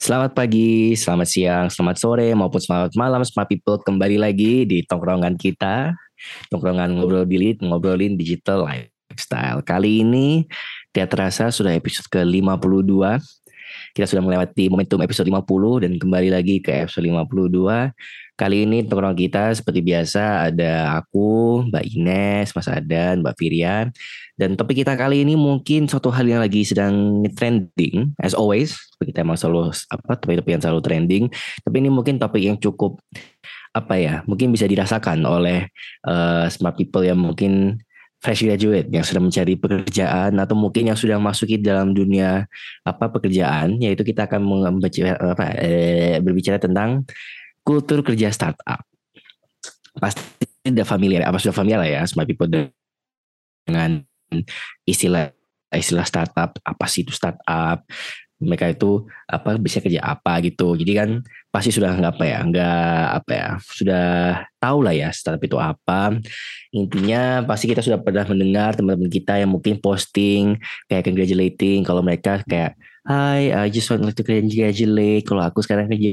Selamat pagi, selamat siang, selamat sore, maupun selamat malam, smart people kembali lagi di tongkrongan kita, tongkrongan ngobrolin digital lifestyle. Kali ini tidak terasa sudah episode ke-52. Kita sudah melewati momentum episode 50 dan kembali lagi ke episode 52. Kali ini tongkrongan kita seperti biasa ada aku, Mbak Ines, Mas Adan, Mbak Firian. Dan topik kita kali ini mungkin suatu hal yang lagi sedang trending, as always. Kita emang selalu topik-topik yang selalu trending. Tapi ini mungkin topik yang cukup mungkin bisa dirasakan oleh smart people yang mungkin fresh graduate yang sudah mencari pekerjaan atau mungkin yang sudah masuki dalam dunia pekerjaan, yaitu kita akan berbicara tentang kultur kerja startup. Pasti sudah familiar ya smart people dengan istilah startup. Apa sih itu startup? Mereka itu bisa kerja apa gitu. Jadi kan pasti sudah sudah tahu lah ya startup itu apa. Intinya pasti kita sudah pernah mendengar teman-teman kita yang mungkin posting kayak congratulating kalau mereka kayak hi, I just want to congratulate kalau aku sekarang kerja.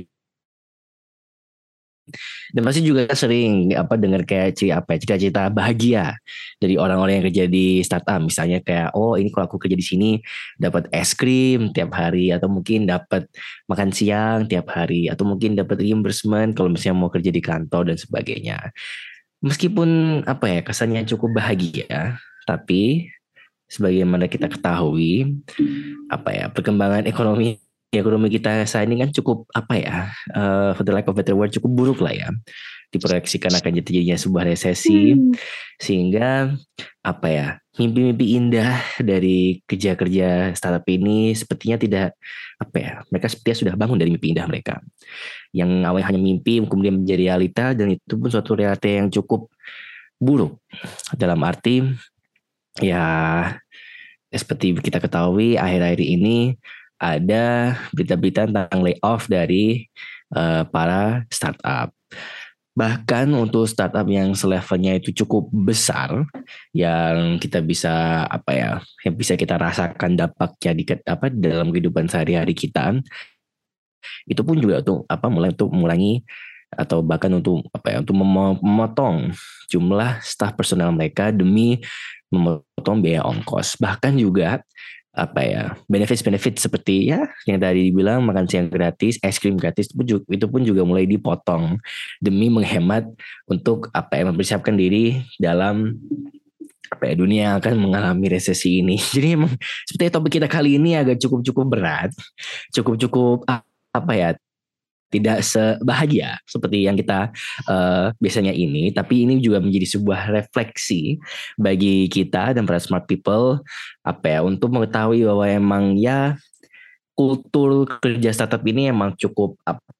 Dan pasti juga sering dengar kayak cita-cita bahagia dari orang-orang yang kerja di startup. Misalnya kayak, oh ini kalau aku kerja di sini dapat es krim tiap hari, atau mungkin dapat makan siang tiap hari, atau mungkin dapat reimbursement kalau misalnya mau kerja di kantor dan sebagainya. Meskipun kesannya cukup bahagia, tapi sebagaimana kita ketahui perkembangan ekonomi kita saat ini kan cukup for the lack of better word, cukup buruk lah ya, diproyeksikan akan terjadinya sebuah resesi, sehingga mimpi-mimpi indah dari kerja-kerja startup ini sepertinya tidak mereka sepertinya sudah bangun dari mimpi indah mereka yang awalnya hanya mimpi kemudian menjadi realita, dan itu pun suatu realita yang cukup buruk dalam arti ya seperti kita ketahui akhir-akhir ini ada berita-berita tentang layoff dari para startup. Bahkan untuk startup yang selevelnya itu cukup besar, yang kita bisa yang bisa kita rasakan dampaknya dalam kehidupan sehari-hari kita, itu pun juga untuk mulai untuk mengurangi atau bahkan untuk untuk memotong jumlah staf personal mereka demi memotong biaya ongkos. Bahkan juga benefit seperti ya yang tadi dibilang makan siang gratis, es krim gratis, itu pun juga mulai dipotong demi menghemat untuk mempersiapkan diri dalam dunia yang akan mengalami resesi ini. Jadi emang seperti topik kita kali ini agak cukup berat, cukup tidak sebahagia seperti yang kita biasanya ini, tapi ini juga menjadi sebuah refleksi bagi kita dan para smart people untuk mengetahui bahwa emang ya kultur kerja startup ini emang cukup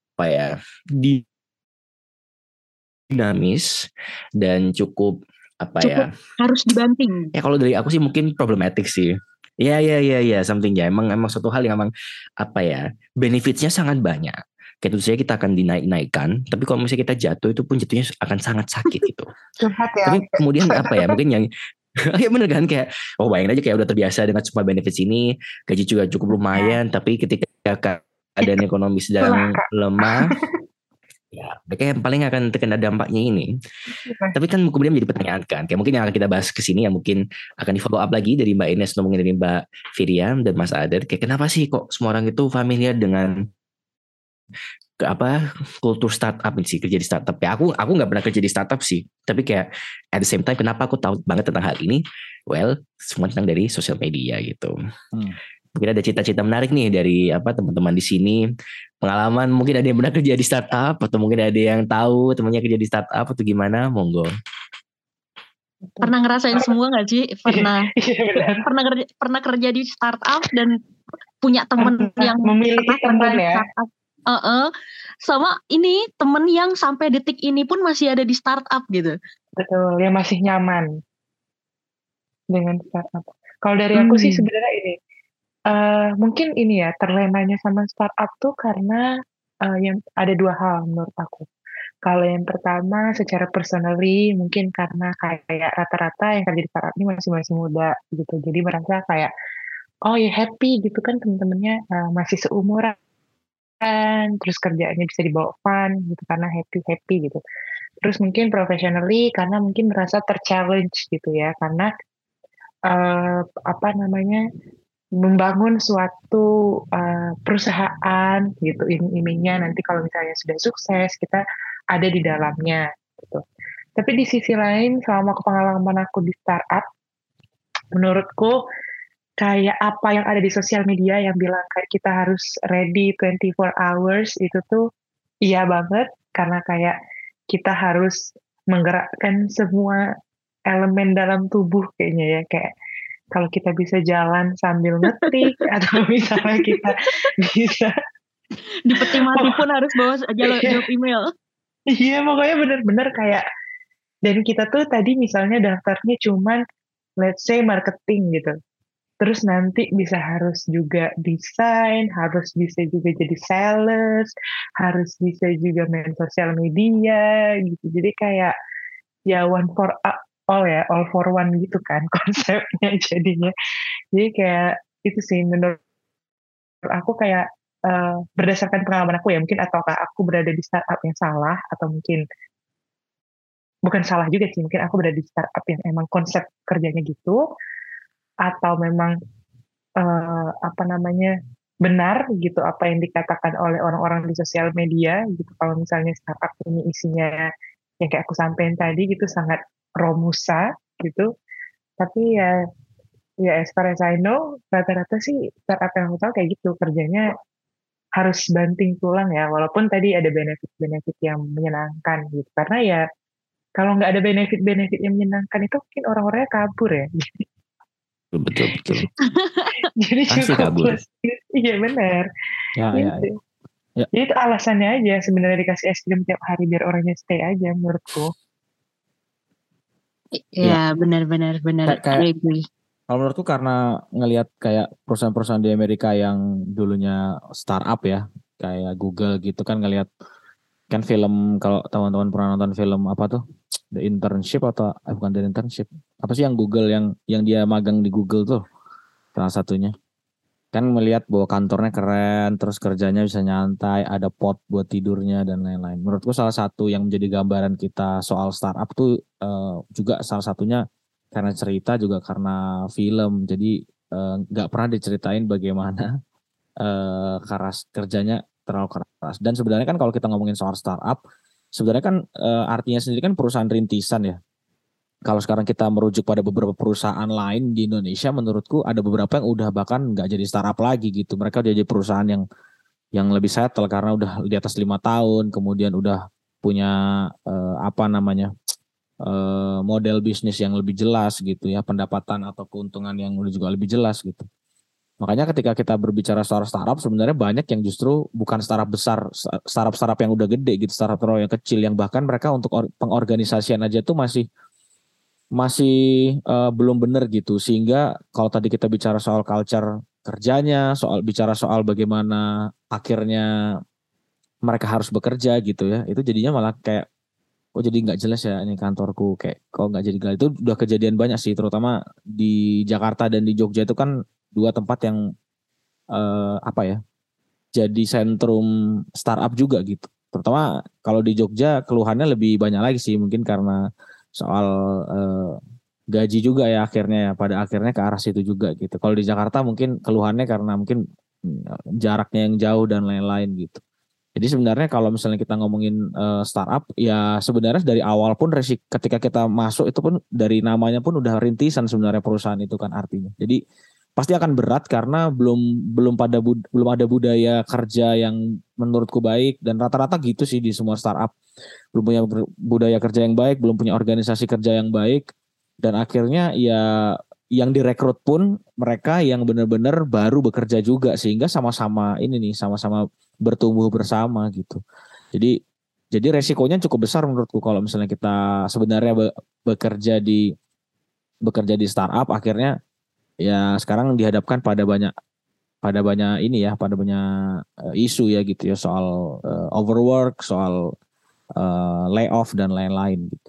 dinamis dan cukup harus dibanting. Ya kalau dari aku sih mungkin problematik sih. Ya, something ya. Emang suatu hal yang emang benefitsnya sangat banyak. Kayak tentu saja kita akan dinaik-naikkan, tapi kalau misalnya kita jatuh itu pun jatuhnya akan sangat sakit itu. Curhat ya. Tapi kemudian mungkin yang ya bener kan, kayak bayangin aja kayak udah terbiasa dengan semua benefits ini, gaji juga cukup lumayan, tapi ketika keadaan ekonomi sedang lemah, ya mereka yang paling akan terkena dampaknya ini. Tapi kan kemudian menjadi pertanyaan kan, kayak mungkin yang akan kita bahas kesini, yang mungkin akan di follow up lagi dari Mbak Ines, ngomongin dari Mbak Firian dan Mas Adar, kayak kenapa sih kok semua orang itu familiar dengan kultur startup sih, kerja di startup. Ya aku nggak pernah kerja di startup sih, tapi kayak at the same time kenapa aku tahu banget tentang hal ini? Well, semua tentang dari sosial media gitu. Mungkin ada cita-cita menarik nih dari teman-teman di sini, pengalaman mungkin ada yang pernah kerja di startup, atau mungkin ada yang tahu temannya kerja di startup atau gimana, monggo. Pernah ngerasain semua nggak sih? Pernah kerja di startup dan punya temen yang memiliki teman ya. Sama ini temen yang sampai detik ini pun masih ada di startup gitu. Betul, yang masih nyaman dengan startup. Kalau dari aku sih sebenarnya ini, mungkin ini ya, terlenanya sama startup tuh karena yang ada dua hal menurut aku. Kalau yang pertama secara personally mungkin karena kayak rata-rata yang kerja di startup ini masih muda gitu, jadi merasa kayak oh ya happy gitu kan, temen-temennya masih seumuran terus kerjaannya bisa dibawa fun gitu karena happy gitu. Terus mungkin professionally karena mungkin merasa ter-challenge gitu ya, karena apa namanya, membangun suatu perusahaan gitu, iming-imingnya nanti kalau misalnya sudah sukses kita ada di dalamnya gitu. Tapi di sisi lain selama pengalaman aku di startup, menurutku kayak apa yang ada di sosial media yang bilang kayak kita harus ready 24 hours itu tuh iya banget, karena kayak kita harus menggerakkan semua elemen dalam tubuh kayaknya ya, kayak kalau kita bisa jalan sambil ngetik atau misalnya kita bisa Di peti mati oh, pun harus bawa iya, jawab email. iya pokoknya bener-bener kayak, dan kita tuh tadi misalnya daftarnya cuman let's say marketing gitu. Terus nanti bisa harus juga desain, harus bisa juga jadi sales, harus bisa juga main sosial media gitu. Jadi kayak ya one for all ya, all for one gitu kan konsepnya jadinya. Jadi kayak itu sih menurut aku kayak berdasarkan pengalaman aku ya mungkin, ataukah aku berada di startup yang salah atau mungkin bukan salah juga sih, mungkin aku berada di startup yang emang konsep kerjanya gitu, atau memang apa namanya, benar gitu apa yang dikatakan oleh orang-orang di sosial media gitu, kalau misalnya startup ini isinya yang kayak aku sampaikan tadi gitu sangat romusa gitu. Tapi ya ya as far as I know, rata-rata sih startup yang aku tahu kayak gitu, kerjanya harus banting tulang ya, walaupun tadi ada benefit-benefit yang menyenangkan gitu. Karena ya kalau nggak ada benefit-benefit yang menyenangkan itu mungkin orang-orangnya kabur ya. Betul betul. Jadi Pasti cukup kabur. plus. Iya benar. Ya, ya, Gitu. ya. Jadi itu alasannya aja sebenarnya dikasih es krim tiap hari biar orangnya stay aja menurutku. Ya benar-benar Kayak agree. kalau menurutku karena ngelihat kayak perusahaan-perusahaan di Amerika yang dulunya startup ya, kayak Google gitu kan, ngelihat kan film, kalau teman-teman pernah nonton film apa tuh, The Internship atau bukan The Internship, apa sih yang Google yang dia magang di Google tuh salah satunya, kan melihat bahwa kantornya keren, terus kerjanya bisa nyantai, ada pot buat tidurnya dan lain-lain. Menurutku salah satu yang menjadi gambaran kita soal startup tuh juga salah satunya karena cerita, juga karena film. Jadi nggak pernah diceritain bagaimana keras kerjanya, terlalu keras. Dan sebenarnya kan kalau kita ngomongin soal startup, sebenarnya kan artinya sendiri kan perusahaan rintisan ya. Kalau sekarang kita merujuk pada beberapa perusahaan lain di Indonesia, menurutku ada beberapa yang udah bahkan nggak jadi startup lagi gitu. Mereka udah jadi perusahaan yang lebih settle karena udah di atas 5 tahun, kemudian udah punya apa namanya, model bisnis yang lebih jelas gitu ya, pendapatan atau keuntungan yang udah juga lebih jelas gitu. Makanya ketika kita berbicara soal startup, sebenarnya banyak yang justru bukan startup besar, startup yang udah gede gitu, startup yang kecil yang bahkan mereka untuk pengorganisasian aja tuh masih belum benar gitu. Sehingga kalau tadi kita bicara soal culture kerjanya, bicara soal bagaimana akhirnya mereka harus bekerja gitu ya, itu jadinya malah kayak kok jadi nggak jelas ya ini kantorku, kayak kok nggak jadi jelas. Itu udah kejadian banyak sih, terutama di Jakarta dan di Jogja itu kan dua tempat yang apa ya, jadi sentrum startup juga gitu. Terutama kalau di Jogja keluhannya lebih banyak lagi sih, mungkin karena soal gaji juga ya, akhirnya ya pada akhirnya ke arah situ juga gitu. Kalau di Jakarta mungkin keluhannya karena mungkin jaraknya yang jauh dan lain-lain gitu. Jadi sebenarnya kalau misalnya kita ngomongin startup, ya sebenarnya dari awal pun ketika kita masuk itu pun dari namanya pun udah rintisan sebenarnya perusahaan itu kan artinya. Jadi pasti akan berat karena belum ada budaya kerja yang menurutku baik, dan rata-rata gitu sih di semua startup. Belum punya budaya kerja yang baik, belum punya organisasi kerja yang baik, dan akhirnya ya yang direkrut pun mereka yang benar-benar baru bekerja juga, sehingga sama-sama ini nih, sama-sama bertumbuh bersama gitu. Jadi resikonya cukup besar menurutku kalau misalnya kita sebenarnya bekerja di startup, akhirnya ya sekarang dihadapkan pada banyak ini ya, pada banyak isu ya gitu ya, soal overwork, soal layoff dan lain-lain gitu.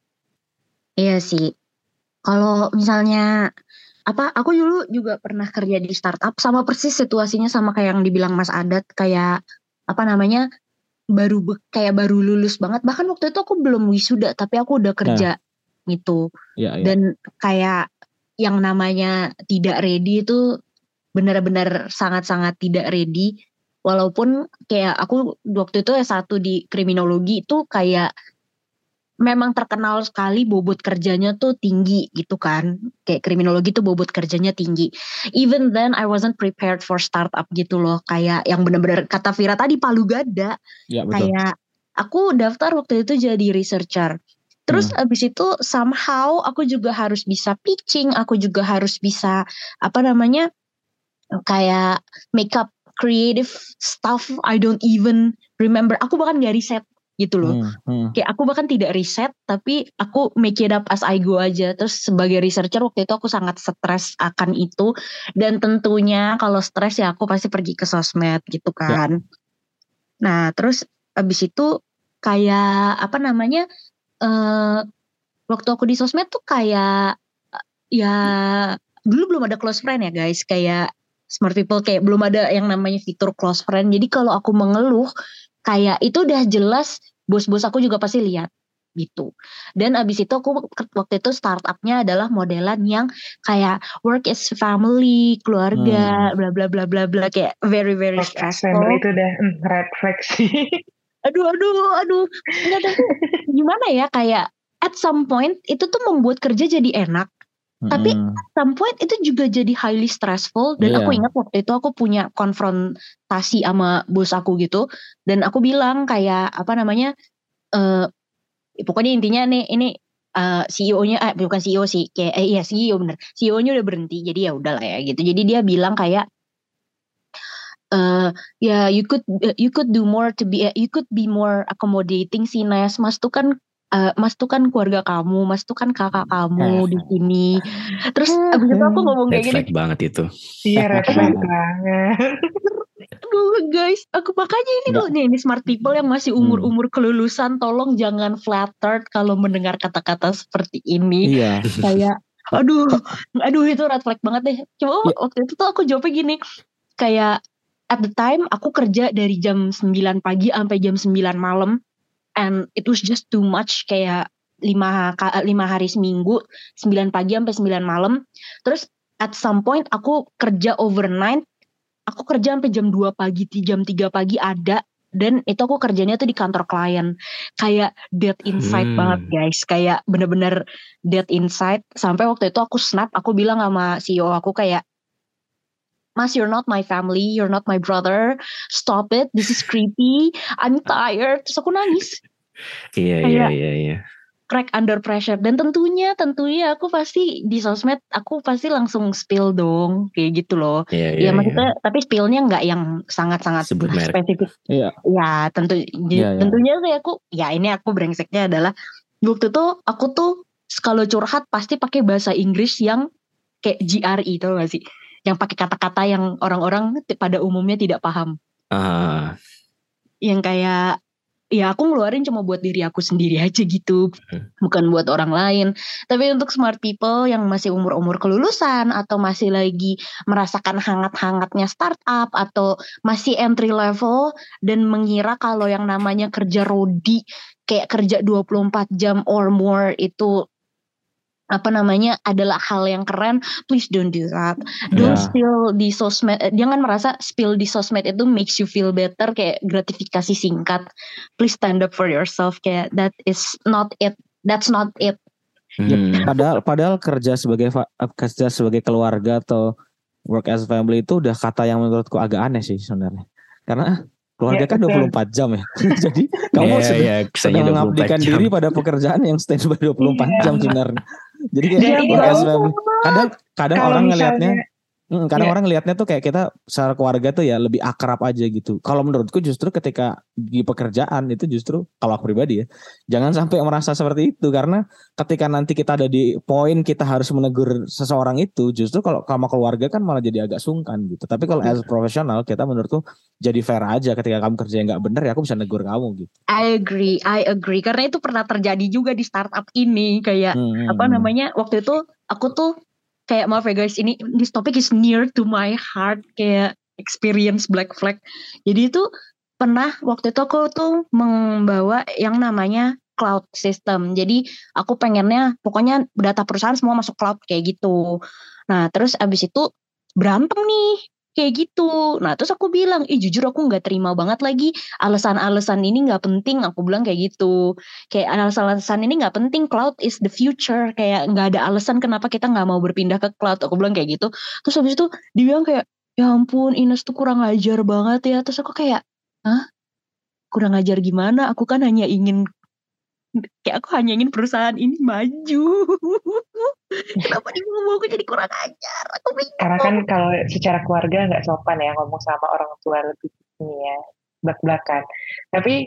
Iya sih. Kalau misalnya aku dulu juga pernah kerja di startup, sama persis situasinya sama kayak yang dibilang Mas Adat, kayak kayak baru lulus banget. Bahkan waktu itu aku belum wisuda tapi aku udah kerja gitu. Iya. Dan kayak yang namanya tidak ready itu benar-benar sangat-sangat tidak ready. Walaupun kayak aku waktu itu S1 di kriminologi itu kayak memang terkenal sekali bobot kerjanya tuh tinggi gitu kan. Kayak kriminologi tuh bobot kerjanya tinggi. Even then I wasn't prepared for startup gitu loh. Kayak yang benar-benar kata Vira tadi palu gada. Iya betul. Kayak aku daftar waktu itu jadi researcher. Terus abis itu somehow aku juga harus bisa pitching. Aku juga harus bisa kayak makeup creative stuff. I don't even remember. Aku bahkan gak riset gitu loh. Kayak aku bahkan tidak riset, tapi aku make it up as I go aja. Terus sebagai researcher waktu itu aku sangat stres akan itu. Dan tentunya kalau stres ya aku pasti pergi ke sosmed gitu kan. Nah terus abis itu kayak waktu aku di sosmed tuh kayak ya dulu belum ada close friend ya guys. Kayak smart people kayak belum ada yang namanya fitur close friend. Jadi kalau aku mengeluh kayak itu udah jelas bos-bos aku juga pasti lihat gitu. Dan abis itu aku waktu itu startupnya adalah modelan yang kayak work is family, keluarga, bla bla bla bla bla, kayak very very stressful. Itu udah red flag sih. Aduh. Enggak, tapi gimana ya, kayak at some point itu tuh membuat kerja jadi enak. Tapi at some point itu juga jadi highly stressful. Dan aku ingat waktu itu aku punya konfrontasi sama bos aku gitu. Dan aku bilang kayak pokoknya intinya nih ini CEO-nya bukan CEO sih, kayak CEO bener. CEO-nya udah berhenti. Jadi ya udahlah ya gitu. Jadi dia bilang kayak you could do more you could be more accommodating sih Nes. Mas tuh kan keluarga kamu, Mas tuh kan kakak kamu di sini. Terus abis itu aku ngomong kayak gini. Red flag banget itu. Iya red flag banget. Aduh guys, aku makanya ini smart people yang masih umur-umur kelulusan, tolong jangan flattered kalau mendengar kata-kata seperti ini. Iya. Kayak aduh itu red flag banget deh. Cuma waktu itu tuh aku jawabnya gini, kayak at the time aku kerja dari jam 9 pagi sampai jam 9 malam. And it was just too much, kayak 5 hari seminggu 9 pagi sampai 9 malam. Terus at some point aku kerja overnight. Aku kerja sampai jam 2 pagi, jam 3 pagi ada. Dan itu aku kerjanya tuh di kantor klien. Kayak dead inside banget guys. Kayak bener-bener dead inside. Sampai waktu itu aku snap, aku bilang sama CEO aku kayak, Mas, you're not my family, you're not my brother. Stop it, this is creepy. I'm tired. Terus aku nangis. Iya. Crack under pressure. Dan tentunya aku pasti di sosmed aku pasti langsung spill dong, kayak gitu loh. Iya maksudnya, tapi spillnya nggak yang sangat-sangat spesifik. Iya. Ya tentunya sih ini aku brengseknya adalah waktu itu aku tuh kalau curhat pasti pakai bahasa Inggris yang kayak GRE, tau gak sih? Yang pakai kata-kata yang orang-orang pada umumnya tidak paham. Yang kayak ya aku ngeluarin cuma buat diri aku sendiri aja gitu, bukan buat orang lain. Tapi untuk smart people yang masih umur-umur kelulusan atau masih lagi merasakan hangat-hangatnya startup atau masih entry level dan mengira kalau yang namanya kerja rodi kayak kerja 24 jam or more itu adalah hal yang keren, please don't do that. Don't spill di sosmed. Jangan merasa spill di sosmed itu makes you feel better, kayak gratifikasi singkat. Please stand up for yourself, kayak that is not it. That's not it. Ya, padahal kerja sebagai keluarga atau work as family itu udah kata yang menurutku agak aneh sih sebenarnya. Karena keluarga kan 24 jam ya. Jadi kamu sedang mengabdikan diri pada pekerjaan yang standby 24 jam sebenarnya. Jadi kayak kadang orang ngelihatnya orang ngelihatnya tuh kayak kita secara keluarga tuh ya lebih akrab aja gitu. Kalau menurutku justru ketika di pekerjaan itu justru kalau aku pribadi ya, jangan sampai merasa seperti itu, karena ketika nanti kita ada di poin kita harus menegur seseorang itu, justru kalau sama keluarga kan malah jadi agak sungkan gitu. Tapi kalau as profesional kita menurutku jadi fair aja, ketika kamu kerja yang nggak benar ya aku bisa negur kamu gitu. I agree karena itu pernah terjadi juga di startup ini, kayak waktu itu aku tuh kayak, maaf ya guys, this topic is near to my heart, kayak experience black flag. Jadi itu pernah waktu itu aku tuh membawa yang namanya cloud system. Jadi aku pengennya pokoknya data perusahaan semua masuk cloud kayak gitu. Nah terus abis itu berantem nih kayak gitu. Nah terus aku bilang, jujur aku nggak terima banget lagi alasan-alasan ini nggak penting. Aku bilang kayak gitu. Kayak alasan-alasan ini nggak penting. Cloud is the future. Kayak nggak ada alasan kenapa kita nggak mau berpindah ke cloud. Aku bilang kayak gitu. Terus habis itu dia bilang kayak, ya ampun Ines tuh kurang ajar banget ya. Terus aku kayak, hah? Kurang ajar gimana? Aku kan hanya ingin perusahaan ini maju. Kenapa dia ngomong aku jadi kurang ajar? Aku bingung. Karena kan kalau secara keluarga nggak sopan ya ngomong sama orang tua lebih ini ya, belak-belakan. Tapi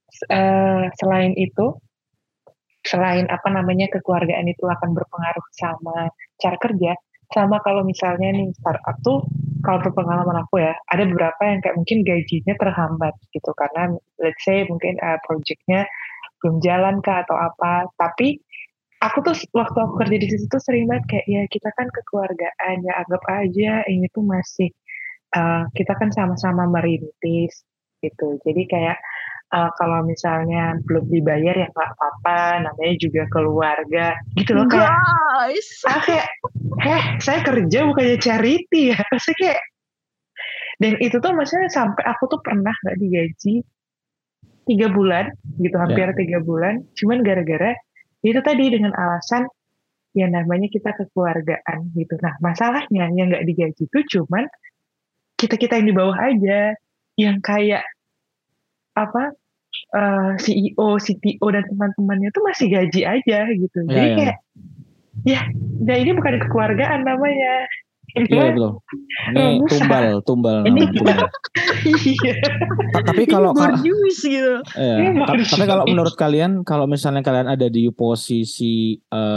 selain itu, selain apa namanya kekeluargaan itu akan berpengaruh sama cara kerja, sama kalau misalnya nih startup tuh, kalau berpengalaman aku ya, ada beberapa yang kayak mungkin gajinya terhambat gitu karena let's say mungkin projectnya belum jalan kah atau apa. Tapi aku tuh waktu aku kerja di situ tuh sering banget kayak ya kita kan kekeluargaan ya anggap aja ini tuh masih kita kan sama-sama merintis gitu. Jadi kayak kalau misalnya belum dibayar ya nggak apa-apa, namanya juga keluarga gitu loh kayak. Guys. Kayak, saya kerja bukannya charity ya, maksudnya kayak. Dan itu tuh maksudnya sampai aku tuh pernah nggak digaji 3 bulan gitu, hampir 3 bulan, cuman gara-gara itu tadi dengan alasan yang namanya kita kekeluargaan gitu. Nah masalahnya yang nggak digaji itu cuman kita yang di bawah aja, yang kayak apa CEO, CTO dan teman-temannya tuh masih gaji aja gitu. Jadi kayak ya ini bukan kekeluargaan namanya. Iya betul. Ini tumbal. Iya. Tapi kalau gitu. Tapi kalau menurut kalian, kalau misalnya kalian ada di posisi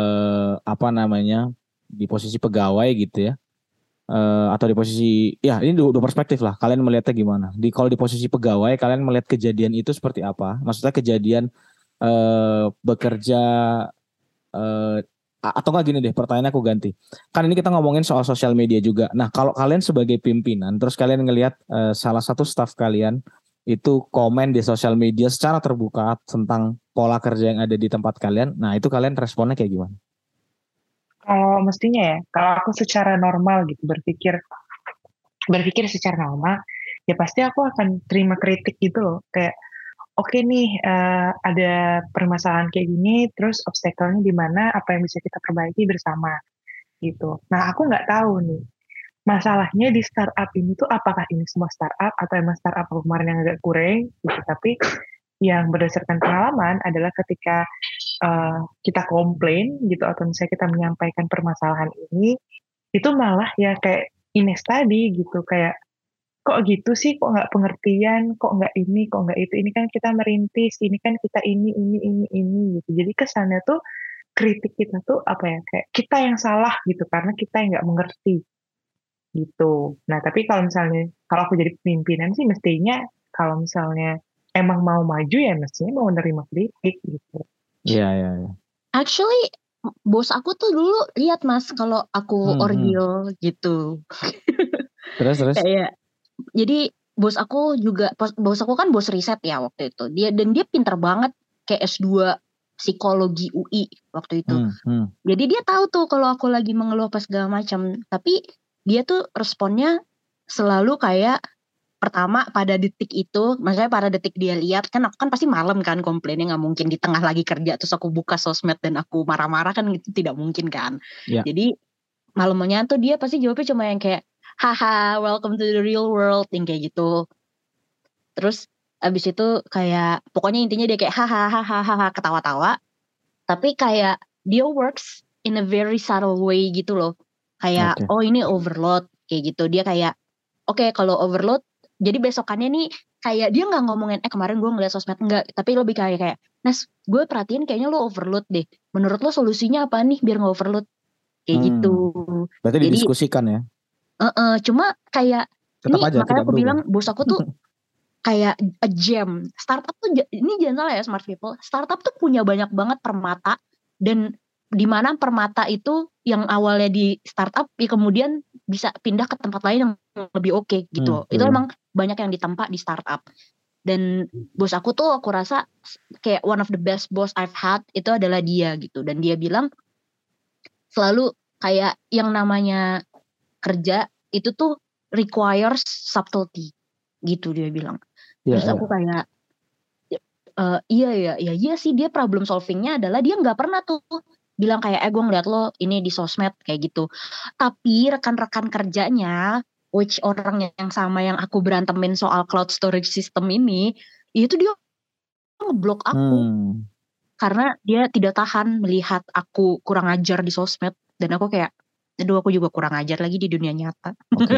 di posisi pegawai gitu ya, atau di posisi ini dua perspektif lah. Kalian melihatnya gimana? Kalau di posisi pegawai, kalian melihat kejadian itu seperti apa? Maksudnya kejadian bekerja atau enggak gini deh, pertanyaannya aku ganti. Kan ini kita ngomongin soal sosial media juga. Nah, kalau kalian sebagai pimpinan, terus kalian ngelihat salah satu staff kalian itu komen di sosial media secara terbuka tentang pola kerja yang ada di tempat kalian, nah itu kalian responnya kayak gimana? Kalau mestinya ya, kalau aku secara normal gitu berpikir secara normal, ya pasti aku akan terima kritik gitu loh. Kayak oke nih ada permasalahan kayak gini, terus obstacle-nya di mana, apa yang bisa kita perbaiki bersama gitu. Nah aku nggak tahu nih, masalahnya di startup ini tuh apakah ini semua startup atau emang startup kemarin yang agak kurang gitu. Tapi yang berdasarkan pengalaman adalah ketika kita komplain gitu atau misalnya kita menyampaikan permasalahan ini, itu malah ya kayak Ines tadi gitu, kayak kok gitu sih, kok nggak pengertian, kok nggak ini, kok nggak itu, ini kan kita merintis, ini kan kita ini gitu. Jadi kesannya tuh kritik kita tuh apa ya, kayak kita yang salah gitu karena kita yang nggak mengerti gitu. Nah tapi kalau aku jadi pimpinan sih mestinya kalau misalnya emang mau maju ya mestinya mau menerima kritik gitu. Iya. Actually bos aku tuh dulu lihat Mas kalau aku ordeal gitu. Terus. Kayak jadi bos aku kan bos riset ya waktu itu. Dia pinter banget kayak S2 psikologi UI waktu itu. Jadi dia tahu tuh kalau aku lagi mengeluh apa segala macam. Tapi dia tuh responnya selalu kayak pertama pada detik itu, maksudnya pada detik dia lihat kan aku kan pasti malam kan komplainnya, nggak mungkin di tengah lagi kerja terus aku buka sosmed dan aku marah-marah kan, itu tidak mungkin kan. Jadi malamnya tuh dia pasti jawabnya cuma yang kayak haha welcome to the real world yang kayak gitu. Terus abis itu kayak pokoknya intinya dia kayak hahaha ketawa-tawa, tapi kayak dia works in a very subtle way gitu loh. Kayak oh ini overload kayak gitu. Dia kayak oke, kalau overload jadi besokannya nih kayak dia nggak ngomongin kemarin gue ngeliat sosmed, enggak, tapi lebih kayak Nas gue perhatiin kayaknya lo overload deh, menurut lo solusinya apa nih biar nggak overload kayak gitu. Berarti jadi, didiskusikan ya. Cuma kayak tetap ini aja, makanya aku bilang bos aku tuh kayak a gem. Startup tuh ini jangan salah ya smart people, startup tuh punya banyak banget permata, dan di mana permata itu yang awalnya di startup ya kemudian bisa pindah ke tempat lain yang lebih oke gitu. Itu emang banyak yang ditempa di startup. Dan bos aku tuh aku rasa kayak one of the best boss I've had itu adalah dia gitu. Dan dia bilang selalu kayak yang namanya kerja itu tuh requires subtlety gitu dia bilang. Terus aku kayak iya sih, dia problem solvingnya adalah dia nggak pernah tuh bilang kayak gue ngeliat lo ini di sosmed kayak gitu. Tapi rekan-rekan kerjanya, which orang yang sama yang aku berantemin soal cloud storage system ini, itu dia ngeblok aku karena dia tidak tahan melihat aku kurang ajar di sosmed. Dan aku kayak, aduh aku juga kurang ajar lagi di dunia nyata.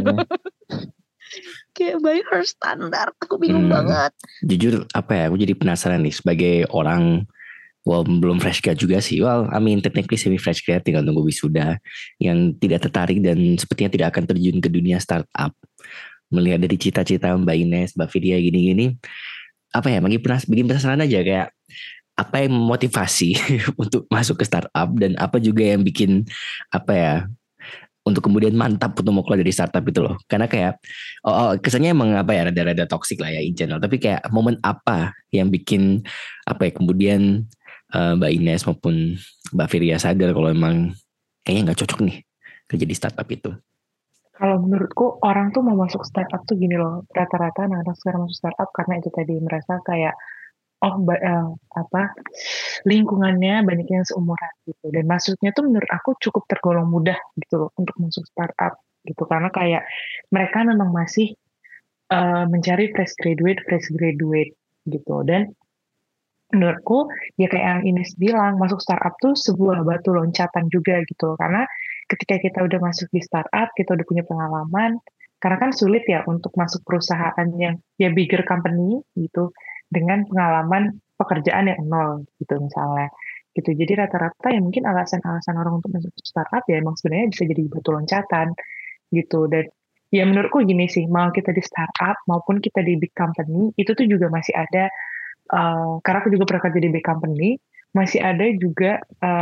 Kayak by her standar, aku bingung banget. Jujur aku jadi penasaran nih sebagai orang belum fresh grad juga sih. I mean technically semi fresh grad, tinggal tunggu wisuda, yang tidak tertarik dan sepertinya tidak akan terjun ke dunia startup. Melihat dari cita-cita Mbak Ines, Mbak Vidya gini-gini, bikin penasaran aja kayak apa yang memotivasi untuk masuk ke startup dan apa juga yang bikin untuk kemudian mantap untuk mau keluar dari startup itu loh. Karena kayak kesannya emang rada-rada toxic lah ya in general. Tapi kayak momen apa yang bikin kemudian Mbak Ines maupun Mbak Firya sadar kalau emang kayaknya nggak cocok nih kerja di startup itu. Kalau menurutku orang tuh mau masuk startup tuh gini loh, rata-rata anak-anak sekarang masuk startup karena itu tadi merasa kayak lingkungannya banyak yang seumuran gitu, dan masuknya tuh menurut aku cukup tergolong mudah gitu loh untuk masuk startup gitu, karena kayak mereka memang masih mencari fresh graduate gitu. Dan menurutku ya kayak yang Ines bilang, masuk startup tuh sebuah batu loncatan juga gitu loh, karena ketika kita udah masuk di startup, kita udah punya pengalaman, karena kan sulit ya untuk masuk perusahaan yang ya bigger company gitu dengan pengalaman pekerjaan yang nol gitu misalnya gitu. Jadi rata-rata ya mungkin alasan-alasan orang untuk masuk startup ya emang sebenarnya bisa jadi batu loncatan gitu. Dan ya menurutku gini sih, mau kita di startup maupun kita di big company itu tuh juga masih ada karena aku juga pernah kerja di big company, masih ada juga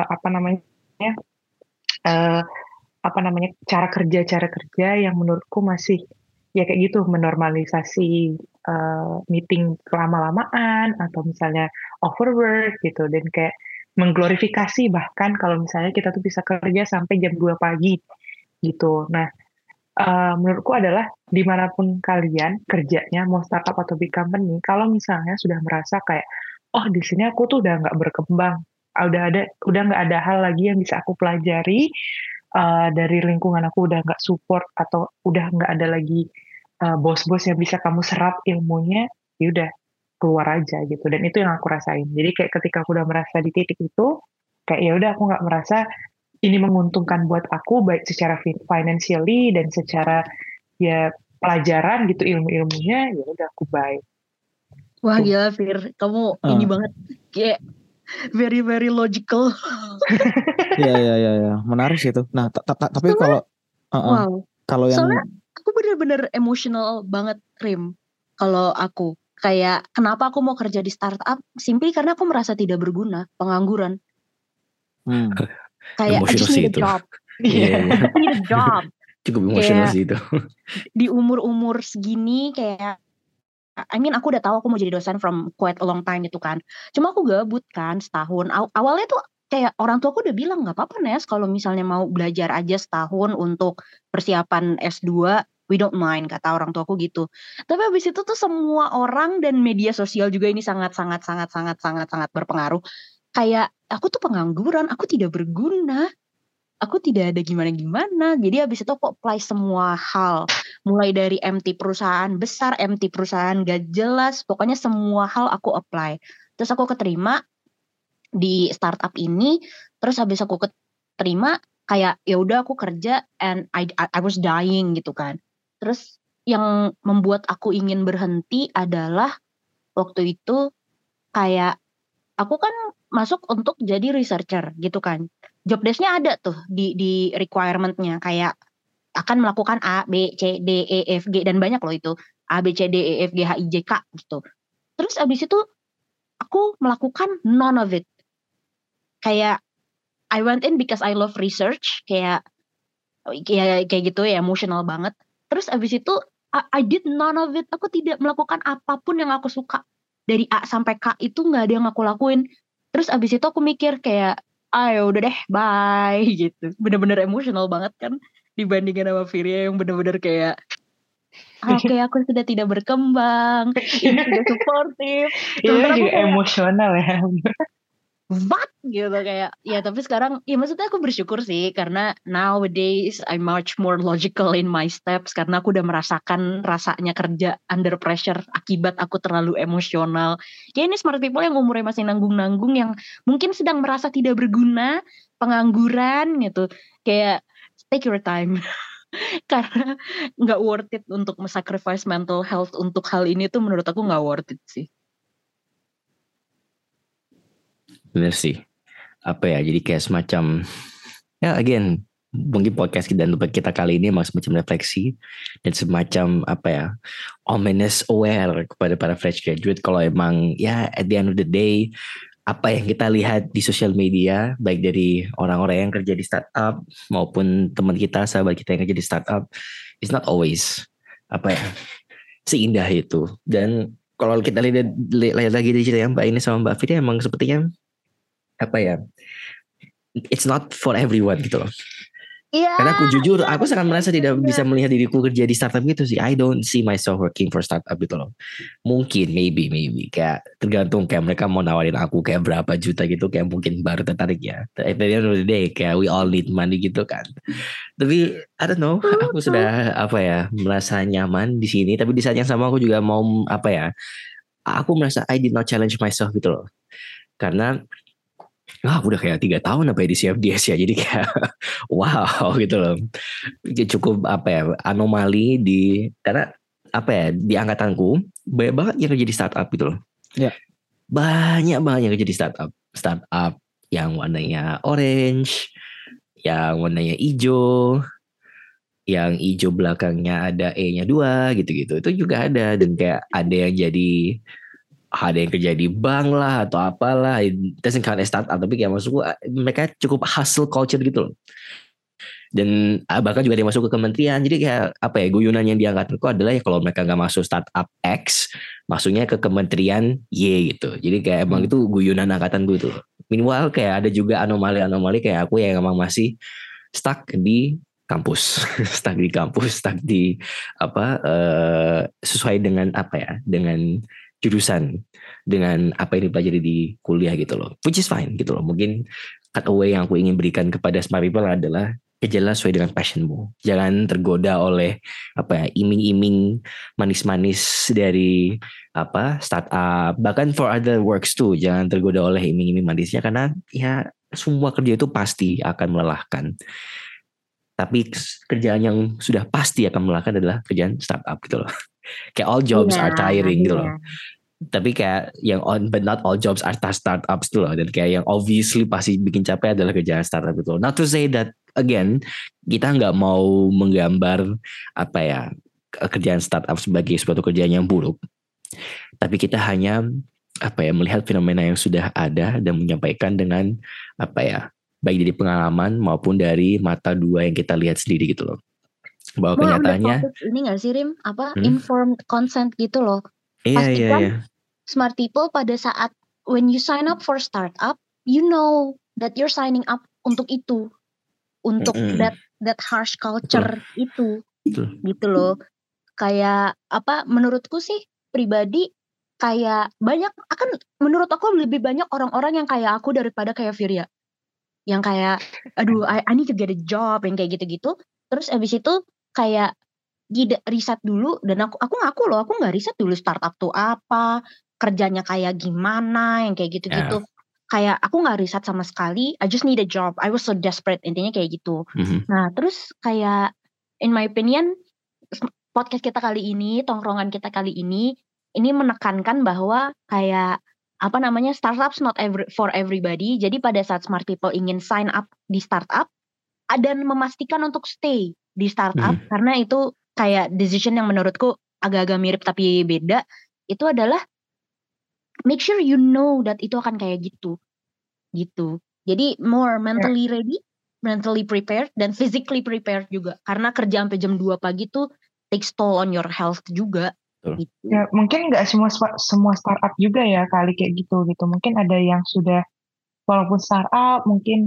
cara kerja yang menurutku masih ya kayak gitu, menormalisasi meeting kelama-lamaan atau misalnya overwork gitu, dan kayak mengglorifikasi bahkan kalau misalnya kita tuh bisa kerja sampai jam 2 pagi gitu. Nah, menurutku adalah dimanapun kalian kerjanya, mau startup atau big company, kalau misalnya sudah merasa kayak, oh di sini aku tuh udah nggak berkembang, udah nggak ada hal lagi yang bisa aku pelajari, dari lingkungan aku udah nggak support atau udah nggak ada lagi bos-bos yang bisa kamu serap ilmunya, ya udah keluar aja gitu. Dan itu yang aku rasain. Jadi kayak ketika aku udah merasa di titik itu, kayak ya udah aku nggak merasa ini menguntungkan buat aku baik secara financially dan secara ya pelajaran gitu, ilmu-ilmunya, ya udah aku buy. Wah gila Fir, kamu ini banget kayak very very logical. Ya, menarik sih itu. Nah, tapi kalau kalau yang soalnya aku bener-bener emotional banget Rim. Kalau aku kayak kenapa aku mau kerja di startup, simply karena aku merasa tidak berguna, pengangguran. Kayak I just need a job. I need a job. Cukup emosional sih itu. Di umur-umur segini kayak aku udah tahu aku mau jadi dosen from quite a long time itu kan. Cuma aku gabut kan setahun. Awalnya tuh kayak orang tua aku udah bilang gak apa-apa Nes kalau misalnya mau belajar aja setahun untuk persiapan S2, we don't mind, kata orang tua aku gitu. Tapi habis itu tuh semua orang dan media sosial juga ini sangat berpengaruh. Kayak aku tuh pengangguran, aku tidak berguna, aku tidak ada gimana-gimana. Jadi habis itu aku apply semua hal, mulai dari MT perusahaan besar, MT perusahaan gak jelas, pokoknya semua hal aku apply. Terus aku keterima di startup ini, terus habis aku keterima kayak ya udah aku kerja and I was dying gitu kan. Terus yang membuat aku ingin berhenti adalah waktu itu kayak aku kan masuk untuk jadi researcher gitu kan. Job desk-nya ada tuh di requirement-nya kayak akan melakukan A, B, C, D, E, F, G dan banyak loh itu. A, B, C, D, E, F, G, H, I, J, K gitu. Terus abis itu aku melakukan none of it. Kayak I went in because I love research, kayak gitu ya, emotional banget. Terus abis itu I did none of it. Aku tidak melakukan apapun yang aku suka. Dari A sampai K itu gak ada yang aku lakuin. Terus abis itu aku mikir kayak, ayo udah deh, bye gitu. Bener-bener emosional banget kan. Dibandingin sama Virya yang bener-bener kayak, oke, aku sudah tidak berkembang. Ini tidak suportif. Itu juga kayak, emosional ya. What? Gitu kayak, ya tapi sekarang, ya maksudnya aku bersyukur sih. Karena nowadays I'm much more logical in my steps. Karena aku udah merasakan rasanya kerja under pressure akibat aku terlalu emosional. Ya ini smart people yang umurnya masih nanggung-nanggung, yang mungkin sedang merasa tidak berguna, pengangguran gitu. Kayak, take your time. Karena gak worth it untuk sacrifice mental health untuk hal ini tuh menurut aku gak worth it sih. Bener sih. Apa ya, jadi kayak semacam, ya again, mungkin podcast dan tempat kita kali ini emang semacam refleksi dan semacam apa ya, ominous aware kepada para fresh graduate kalau emang ya at the end of the day apa yang kita lihat di sosial media baik dari orang-orang yang kerja di startup maupun teman kita, sahabat kita yang kerja di startup, it's not always apa ya seindah itu. Dan kalau kita lihat lagi di cerita Mbak ini sama Mbak Fitri emang sepertinya apa ya, it's not for everyone gitu loh. Iya. Karena aku jujur, aku sangat merasa tidak bisa melihat diriku kerja di startup gitu sih. I don't see myself working for startup gitu loh. Mungkin, maybe kayak tergantung kayak mereka mau nawarin aku kayak berapa juta gitu, kayak mungkin baru tertarik ya. At the end of the day, kayak we all need money gitu kan. Tapi I don't know, aku sudah apa ya merasa nyaman di sini. Tapi di saat yang sama aku juga mau apa ya, aku merasa I did not challenge myself gitu loh. Karena udah kayak 3 tahun apa ya di CFDS ya, jadi kayak wow gitu loh, cukup apa ya anomali karena apa ya di angkatanku banyak banget yang kerja di startup gitu loh. Banyak banget yang kerja di startup yang warnanya orange, yang warnanya hijau, yang hijau belakangnya ada E-nya 2 gitu-gitu, itu juga ada. Dan kayak ada yang kerja di bank lah atau apalah, it doesn't count as startup, tapi kayak maksudku mereka cukup hustle culture gitu loh. Dan bahkan juga dia masuk ke kementerian, jadi kayak apa ya, guyunan yang diangkatku adalah ya kalau mereka nggak masuk startup X, masuknya ke kementerian Y gitu. Jadi kayak emang itu guyunan angkatan gue tuh. Meanwhile kayak ada juga anomali kayak aku yang emang masih stuck di kampus, stuck di apa sesuai dengan apa ya, dengan jurusan, dengan apa yang dipelajari di kuliah gitu loh, which is fine gitu loh. Mungkin cut away yang aku ingin berikan kepada smart people adalah kerjalah sesuai dengan passionmu, jangan tergoda oleh apa ya iming-iming manis-manis dari apa startup, bahkan for other works too, jangan tergoda oleh iming-iming manisnya, karena ya semua kerja itu pasti akan melelahkan. Tapi kerjaan yang sudah pasti akan melelahkan adalah kerjaan startup gitu loh. Kayak all jobs are tiring gitu loh. Tapi kayak but not all jobs are startups tuh loh. Dan kayak yang obviously pasti bikin capek adalah kerjaan startup itu. Not to say that again, kita nggak mau menggambar apa ya kerjaan startup sebagai suatu kerjaan yang buruk. Tapi kita hanya apa ya melihat fenomena yang sudah ada dan menyampaikan dengan apa ya, baik dari pengalaman maupun dari mata dua yang kita lihat sendiri gitu loh. Bahwa kenyataannya ini nggak sih Rim, apa informed consent gitu loh. Pastikan smart people pada saat when you sign up for startup, you know that you're signing up untuk itu, untuk that harsh culture itu, gitu loh. Kayak apa? Menurutku sih pribadi kayak menurut aku lebih banyak orang-orang yang kayak aku daripada kayak Virya, yang kayak aduh I need to get a job yang kayak gitu-gitu. Terus abis itu kayak tidak riset dulu, dan aku ngaku loh, aku nggak riset dulu startup tuh apa, kerjanya kayak gimana, yang kayak gitu-gitu. Kayak aku nggak riset sama sekali, I just need a job, I was so desperate, intinya kayak gitu. Nah terus kayak in my opinion podcast kita kali ini, tongkrongan kita kali ini menekankan bahwa kayak apa namanya, startups not for everybody. Jadi pada saat smart people ingin sign up di startup dan memastikan untuk stay di startup, karena itu kayak decision yang menurutku agak-agak mirip tapi beda, itu adalah make sure you know that itu akan kayak gitu. Jadi more mentally ready, mentally prepared, dan physically prepared juga. Karena kerja sampai jam 2 pagi tuh takes toll on your health juga. Gitu. Ya mungkin nggak semua startup juga ya kali kayak gitu. Mungkin ada yang sudah walaupun startup mungkin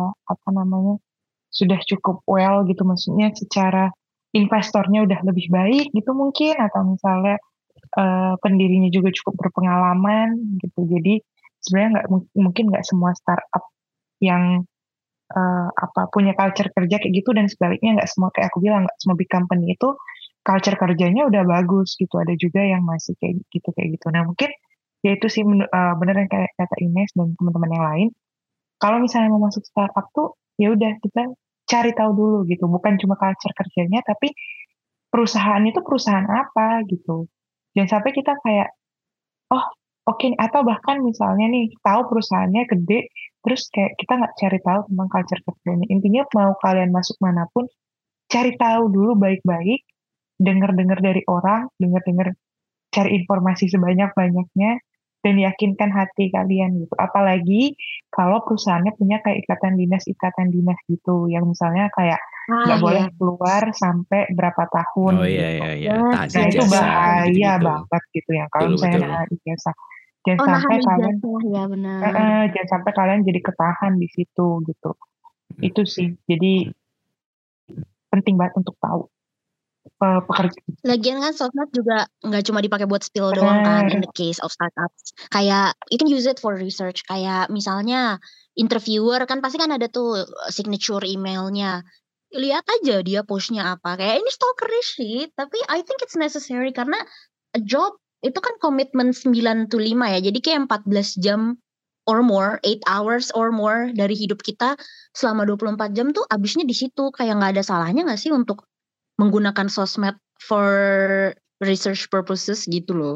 sudah cukup well gitu, maksudnya secara investornya udah lebih baik gitu mungkin, atau misalnya pendirinya juga cukup berpengalaman gitu. Jadi sebenarnya mungkin nggak semua startup yang punya culture kerja kayak gitu, dan sebaliknya nggak semua, kayak aku bilang, nggak semua big company itu culture kerjanya udah bagus gitu. Ada juga yang masih kayak gitu. Nah mungkin ya itu sih bener yang kayak kata Ines dan teman-teman yang lain. Kalau misalnya mau masuk startup tuh ya udah kita cari tahu dulu gitu, bukan cuma culture kerjanya, tapi perusahaan itu perusahaan apa gitu. Jangan sampai kita kayak oh oke, atau bahkan misalnya nih tahu perusahaannya gede, terus kayak kita nggak cari tahu tentang culture kerjanya. Intinya mau kalian masuk manapun, cari tahu dulu baik-baik, dengar-dengar dari orang, dengar-dengar, cari informasi sebanyak-banyaknya, dan yakinkan hati kalian gitu. Apalagi kalau perusahaannya punya kayak ikatan dinas gitu, yang misalnya kayak nggak boleh keluar sampai berapa tahun gitu. Nah itu bahaya banget gitu ya kalau misalnya nahan ijazah. Jangan sampai kalian ya benar. Jangan sampai kalian jadi ketahan di situ gitu. Itu sih. Jadi penting banget untuk tahu. Lagian kan sosmed juga nggak cuma dipakai buat spill doang kan, in the case of startups. Kayak you can use it for research. Kayak misalnya interviewer kan pasti kan ada tuh signature emailnya. Lihat aja dia postnya apa. Kayak ini stalkerish sih, tapi I think it's necessary karena a job itu kan komitmen 9 to 5 ya. Jadi kayak 14 jam or more, 8 hours or more dari hidup kita selama 24 jam tuh abisnya di situ. Kayak nggak ada salahnya nggak sih untuk menggunakan sosmed for research purposes gitu loh.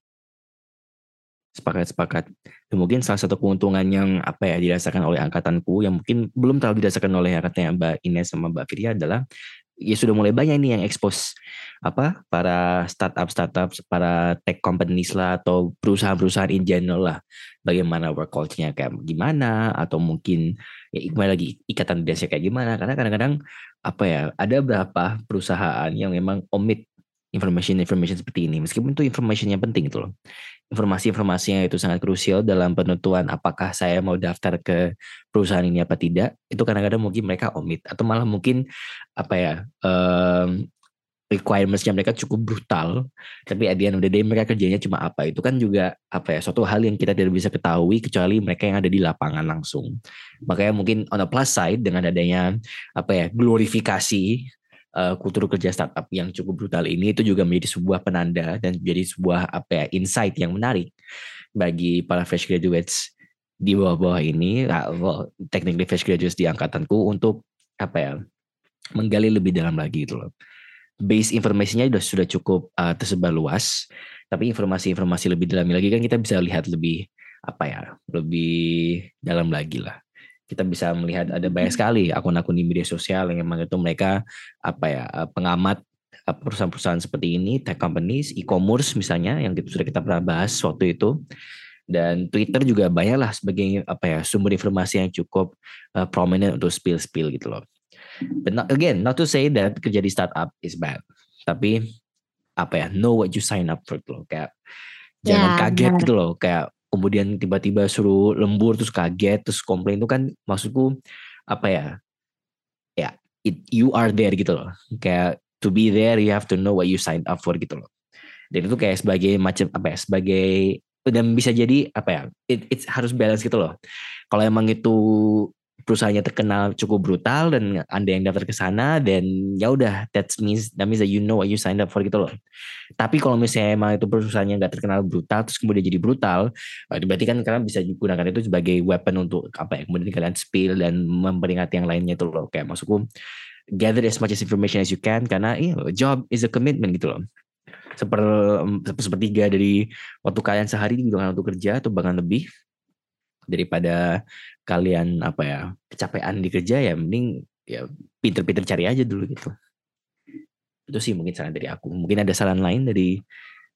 Sepakat. Mungkin salah satu keuntungan yang dirasakan oleh angkatanku yang mungkin belum terlalu dirasakan oleh angkatannya Mbak Ines sama Mbak Firya adalah ya sudah mulai banyak nih yang expose para startup, para tech companies lah atau perusahaan-perusahaan in general lah, bagaimana work culture-nya kayak gimana, atau mungkin ya kembali lagi ikatan dinasnya kayak gimana. Karena kadang-kadang ada beberapa perusahaan yang memang omit information seperti ini, meskipun itu information yang penting gitu loh. Informasi-informasinya itu sangat krusial dalam penentuan apakah saya mau daftar ke perusahaan ini apa tidak. Itu kadang-kadang mungkin mereka omit, atau malah mungkin requirements-nya mereka cukup brutal, tapi at the end of the day mereka kerjanya cuma apa. Itu kan juga suatu hal yang kita tidak bisa ketahui kecuali mereka yang ada di lapangan langsung. Makanya mungkin on the plus side, dengan adanya glorifikasi kultur kerja startup yang cukup brutal ini, itu juga menjadi sebuah penanda dan menjadi sebuah insight yang menarik bagi para fresh graduates di bawah-bawah ini, technically fresh graduates di angkatanku, untuk menggali lebih dalam lagi gitu loh. Base informasinya sudah cukup tersebar luas, tapi informasi-informasi lebih dalam lagi kan kita bisa lihat lebih lebih dalam lagi lah. Kita bisa melihat ada banyak sekali akun-akun di media sosial yang memang itu mereka pengamat perusahaan-perusahaan seperti ini, tech companies, e-commerce misalnya, yang sudah kita pernah bahas waktu itu. Dan Twitter juga banyak lah sebagai sumber informasi yang cukup prominent untuk spill gitu loh. But not to say that kerja di startup is bad, tapi know what you sign up for gitu loh. Kayak jangan kaget gitu loh, kayak kemudian tiba-tiba suruh lembur terus kaget terus komplain. Itu kan maksudku you are there gitu loh, kayak to be there you have to know what you signed up for gitu loh. Dan itu kayak sebagai macam sebagai, dan bisa jadi it harus balance gitu loh. Kalau emang itu perusahaannya terkenal cukup brutal dan Anda yang daftar ke sana, dan ya udah, that means that you know what you signed up for gitu loh. Tapi kalau misalnya emang itu perusahaannya nggak terkenal brutal terus kemudian jadi brutal, berarti kan kalian bisa gunakan itu sebagai weapon untuk kemudian kalian spill dan memperingati yang lainnya itu loh. Kayak maksudku, gather as much as information as you can, karena job is a commitment gitu loh. Sepertiga dari waktu kalian sehari digunakan untuk kerja atau bahkan lebih. Daripada kalian kecapean di kerja, ya mending ya pinter-pinter cari aja dulu gitu. Itu sih mungkin saran dari aku. Mungkin ada saran lain dari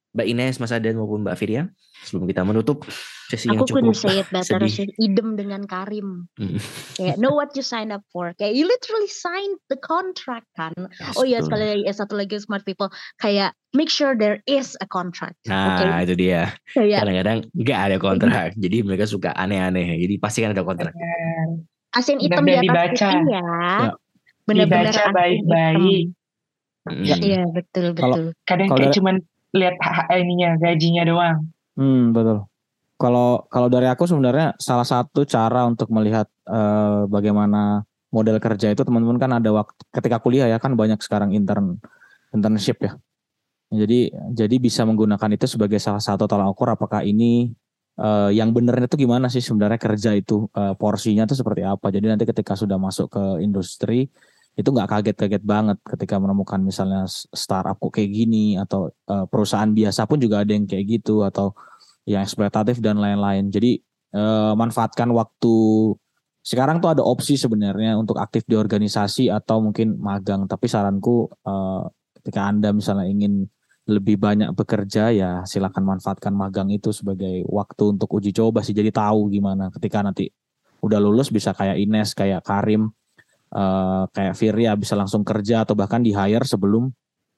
Mbak Ines, Mas Adan maupun Mbak Firya, sebelum kita menutup sesi yang Aku cukup couldn't say it better sedih. sih, idem dengan Karim. Kayak know what you sign up for. Kayak you literally sign the contract kan. Yes, oh iya, betul. sekali lagi satu lagi smart people, kayak make sure there is a contract. Nah, itu dia. Kadang-kadang nggak ada kontrak, jadi mereka suka aneh-aneh. Jadi pasti kan ada kontrak. Asin hitam di atas dibaca. putih ya. Benar-benar dibaca baik-baik. Iya, betul. Kadang kayak cuman lihat ininya, gajinya doang. Betul. Kalau dari aku sebenarnya salah satu cara untuk melihat bagaimana model kerja itu, teman-teman kan ada waktu ketika kuliah ya, kan banyak sekarang internship ya. Jadi bisa menggunakan itu sebagai salah satu tolak ukur apakah ini yang benernya itu gimana sih sebenarnya kerja itu, porsinya itu seperti apa. Jadi nanti ketika sudah masuk ke industri itu nggak kaget-kaget banget ketika menemukan misalnya startup kok kayak gini, atau perusahaan biasa pun juga ada yang kayak gitu, atau yang eksploitatif dan lain-lain. Jadi manfaatkan waktu. Sekarang tuh ada opsi sebenarnya untuk aktif di organisasi atau mungkin magang. Tapi saranku ketika Anda misalnya ingin lebih banyak bekerja, ya silakan manfaatkan magang itu sebagai waktu untuk uji coba sih. Jadi tahu gimana ketika nanti udah lulus bisa kayak Ines, kayak Karim, kayak Firya bisa langsung kerja atau bahkan di hire sebelum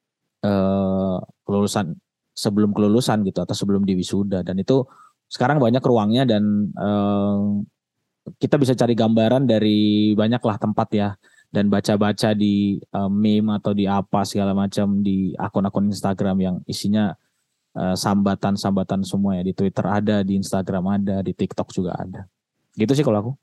kelulusan gitu, atau sebelum diwisuda. Dan itu sekarang banyak ruangnya, dan kita bisa cari gambaran dari banyaklah tempat ya, dan baca-baca di meme atau di apa segala macam di akun-akun Instagram yang isinya sambatan-sambatan semua ya. Di Twitter ada, di Instagram ada, di TikTok juga ada. Gitu sih kalau aku.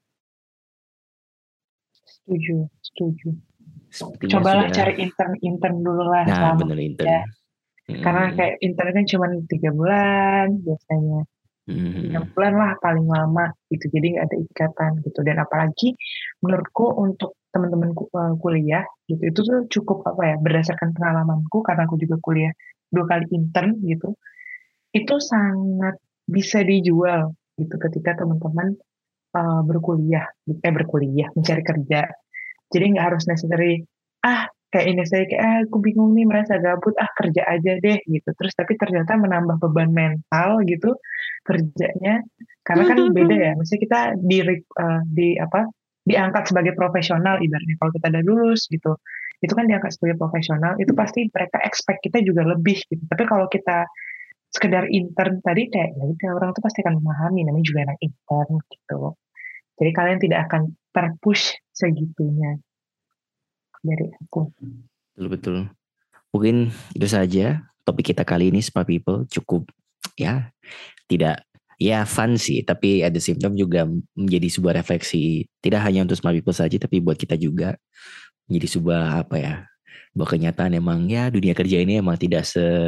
Setuju. Cobalah cari intern dulu lah. Nah, bener intern. Ya. Karena kayak intern kan cuma 3 bulan biasanya. 6 bulan lah paling lama gitu. Jadi nggak ada ikatan gitu. Dan apalagi menurutku untuk teman-teman kuliah gitu, itu tuh cukup berdasarkan pengalamanku, karena aku juga kuliah 2 kali intern gitu. Itu sangat bisa dijual gitu ketika teman-teman berkuliah, mencari kerja. Jadi nggak harus necessary kayak ini saya kayak aku bingung nih, merasa gabut, kerja aja deh gitu. Terus tapi ternyata menambah beban mental gitu kerjanya, karena kan beda ya. Maksudnya kita diangkat sebagai profesional ibaratnya. Kalau kita udah lulus gitu, itu kan diangkat sebagai profesional, itu pasti mereka expect kita juga lebih gitu. Tapi kalau kita sekedar intern tadi kayak orang tuh pasti akan memahami, namanya juga anak intern gitu. Jadi kalian tidak akan terpush segitunya dari aku. Betul. Mungkin itu saja topik kita kali ini, Smart People. Cukup ya, tidak ya fun sih, tapi at the same time juga menjadi sebuah refleksi, tidak hanya untuk Smart People saja, tapi buat kita juga menjadi sebuah bahwa kenyataan emang ya dunia kerja ini emang tidak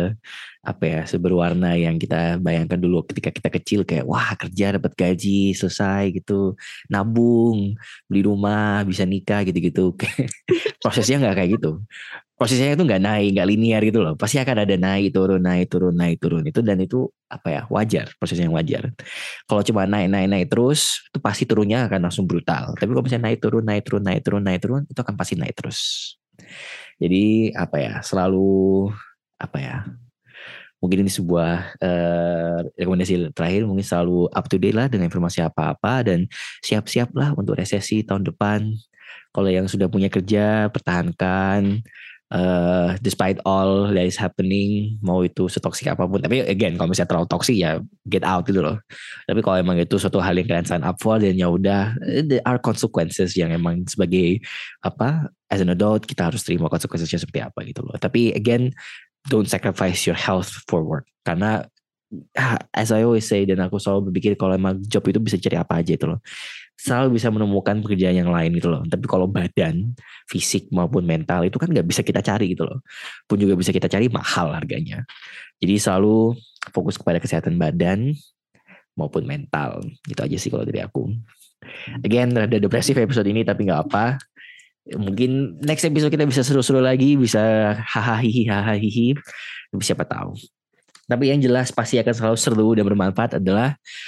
seberwarna yang kita bayangkan dulu ketika kita kecil. Kayak wah, kerja dapat gaji selesai gitu, nabung, beli rumah, bisa nikah gitu-gitu. Prosesnya nggak kayak gitu. Prosesnya itu nggak linear gitu loh. Pasti akan ada naik turun itu, dan itu wajar, prosesnya yang wajar. Kalau cuma naik terus, itu pasti turunnya akan langsung brutal. Tapi kalau misalnya naik turun, itu akan pasti naik terus. Jadi selalu mungkin ini sebuah rekomendasi terakhir, mungkin selalu up to date lah dengan informasi apa-apa, dan siap-siap lah untuk resesi tahun depan. Kalau yang sudah punya kerja, pertahankan despite all that is happening, mau itu setoksik apapun. Tapi again, kalau misalnya terlalu toksik ya get out gitu loh. Tapi kalau emang itu suatu hal yang kalian sign up for, dan ya udah, there are consequences yang emang sebagai as an adult kita harus terima konsekuensinya seperti apa gitu loh. Tapi again, don't sacrifice your health for work, karena as I always say, dan aku selalu berpikir kalau emang job itu bisa cari apa aja itu loh, selalu bisa menemukan pekerjaan yang lain gitu loh. Tapi kalau badan, fisik maupun mental itu kan nggak bisa kita cari gitu loh. Pun juga bisa kita cari mahal harganya. Jadi selalu fokus kepada kesehatan badan maupun mental. Gitu aja sih kalau dari aku. Again, rada depresif episode ini, tapi nggak apa. Mungkin next episode kita bisa seru-seru lagi, bisa hahaha, siapa tahu. Tapi yang jelas pasti akan selalu seru dan bermanfaat adalah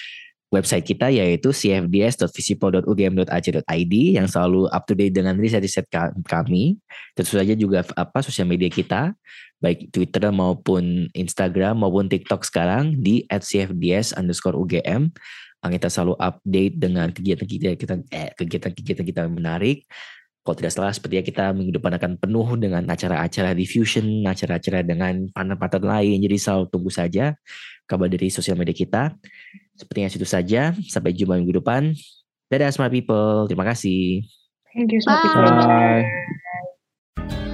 website kita yaitu cfds.visipol.ugm.ac.id yang selalu up to date dengan riset-riset kami. Tentu saja juga sosial media kita, baik Twitter maupun Instagram maupun TikTok sekarang di @cfds_ugm. Kita selalu update dengan kegiatan-kegiatan kita menarik. Kalau tidak salah sepertinya kita minggu depan akan penuh dengan acara-acara diffusion, acara-acara dengan partner-partner lain. Jadi selalu tunggu saja kabar dari sosial media kita. Sepertinya itu saja. Sampai jumpa minggu depan. Dadah Smart People. Terima kasih. Thank you Smart People. Bye.